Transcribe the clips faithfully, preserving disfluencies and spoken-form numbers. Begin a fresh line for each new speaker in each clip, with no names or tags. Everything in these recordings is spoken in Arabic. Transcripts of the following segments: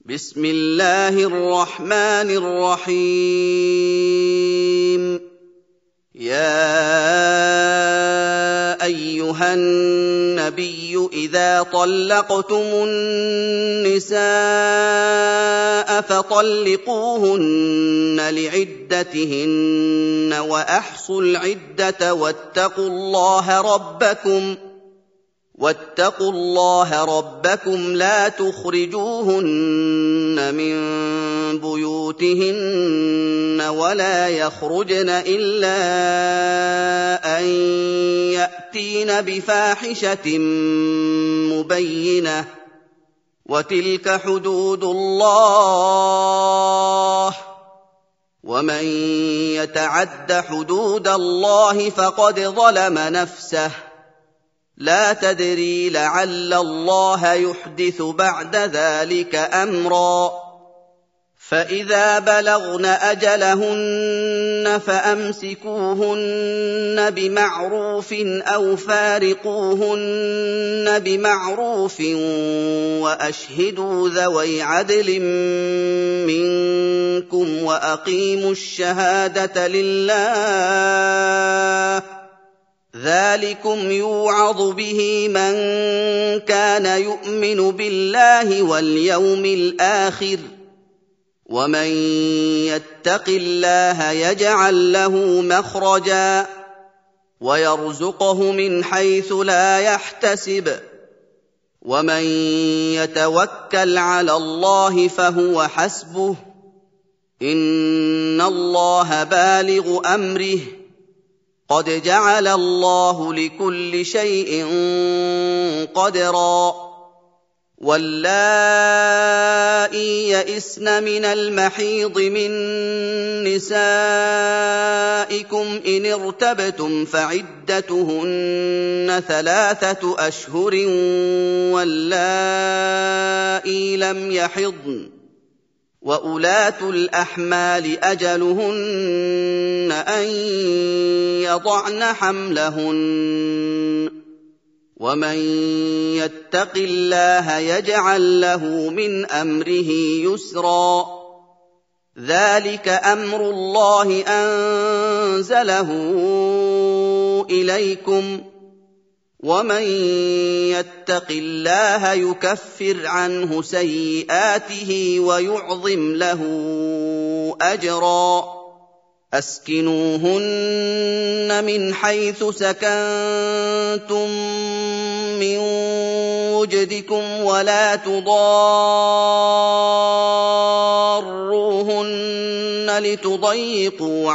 بسم الله الرحمن الرحيم يا أيها النبي إذا طلقتم النساء فطلقوهن لعدتهن وأحصوا العدة واتقوا الله ربكم واتقوا الله ربكم لا تخرجوهن من بيوتهن ولا يخرجن إلا أن يأتين بفاحشة مبينة وتلك حدود الله ومن يتعد حدود الله فقد ظلم نفسه لا تدري لعل الله يحدث بعد ذلك أمرا فإذا بلغن أجلهن فأمسكوهن بمعروف أو فارقوهن بمعروف وأشهدوا ذوي عدل منكم وأقيموا الشهادة لله ذلكم يوعظ به من كان يؤمن بالله واليوم الآخر ومن يتق الله يجعل له مخرجا ويرزقه من حيث لا يحتسب ومن يتوكل على الله فهو حسبه إن الله بالغ أمره قد جعل الله لكل شيء قدرا واللائي يئسن من المحيض من نسائكم إن ارتبتم فعدتهن ثلاثة أشهر واللائي لم يحضن وأولاة الأحمال أجلهن أن يضعن حملهن ومن يتق الله يجعل له من أمره يسرا ذلك أمر الله أنزله إليكم ومن يتق الله يكفر عنه سيئاته ويعظم له أجرا أسكنوهن من حيث سكنتم من وجدكم ولا تضاروهن لتضيقوا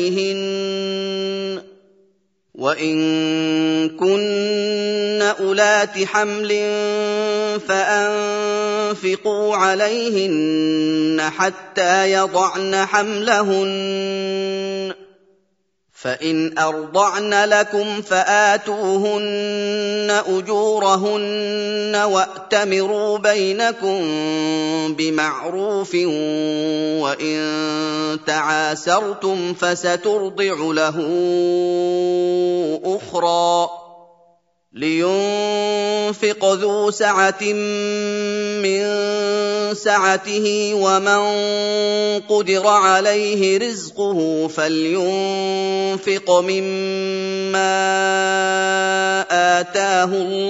عليهن وإن كن أولات حمل فأنفقوا عليهن حتى يضعن حملهن فإن أرضعن لكم فآتوهن أجورهن وأتمروا بينكم بمعروف وإن تعاسرتم فسترضع له أخرى لينفق ذو سعة من سعته ومن قدر عليه رزقه فلينفق مما آتاه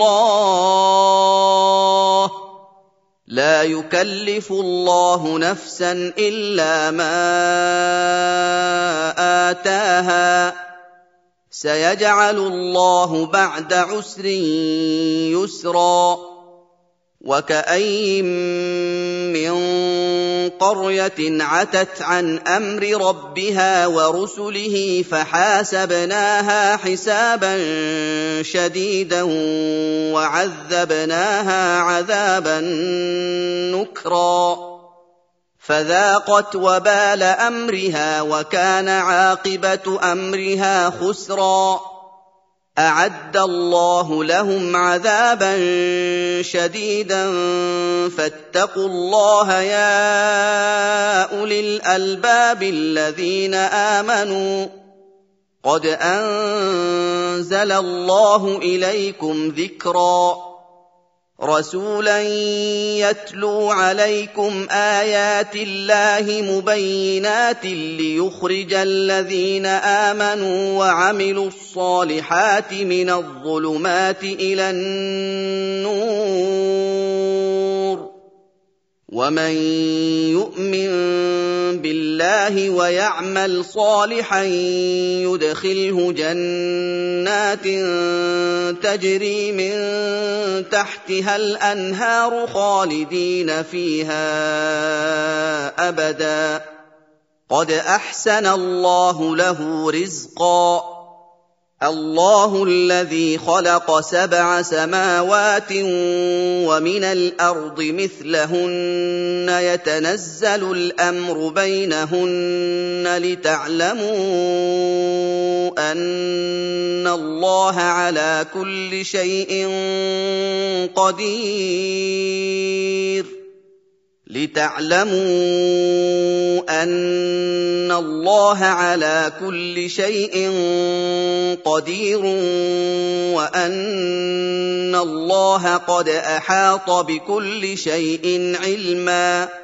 الله لا يكلف الله نفسا إلا ما آتاها سيجعل الله بعد عسر يسرا وكأين من قرية عتت عن أمر ربها ورسله فحاسبناها حسابا شديدا وعذبناها عذابا نكرا فذاقت وبال أمرها وكان عاقبة أمرها خسرا أعد الله لهم عذابا شديدا فاتقوا الله يا أولي الألباب الذين آمنوا قد أنزل الله إليكم ذكرا رَسُولًا يَتْلُو عَلَيْكُمْ آيَاتِ اللَّهِ مُبَيِّنَاتٍ لِّيُخْرِجَ الَّذِينَ آمَنُوا وَعَمِلُوا الصَّالِحَاتِ مِنَ الظُّلُمَاتِ إِلَى النُّورِ ۚ وَمَن يُؤْمِن بِاللَّهِ وَيَعْمَلْ صَالِحًا يُدْخِلْهُ جَنَّاتٍ تَجْرِي مِن تَحْتِهَا الْأَنْهَارُ خَالِدِينَ فِيهَا أَبَدًا ۖ قَدْ أَحْسَنَ اللَّهُ لَهُ رِزْقًا. اللَّهُ الَّذِي خَلَقَ سَبْعَ سَمَاوَاتٍ وَمِنَ الْأَرْضِ مِثْلَهُنَّ يَتَنَزَّلُ الْأَمْرُ بَيْنَهُنَّ لِتَعْلَمُوا أَنَّ اللَّهَ عَلَىٰ كُلِّ شَيْءٍ قَدِيرٌ لِتَعْلَمُوا أَنَّ اللَّهَ عَلَىٰ كُلِّ شَيْءٍ قَدِيرٌ وَأَنَّ اللَّهَ قَدْ أَحَاطَ بِكُلِّ شَيْءٍ عِلْمًا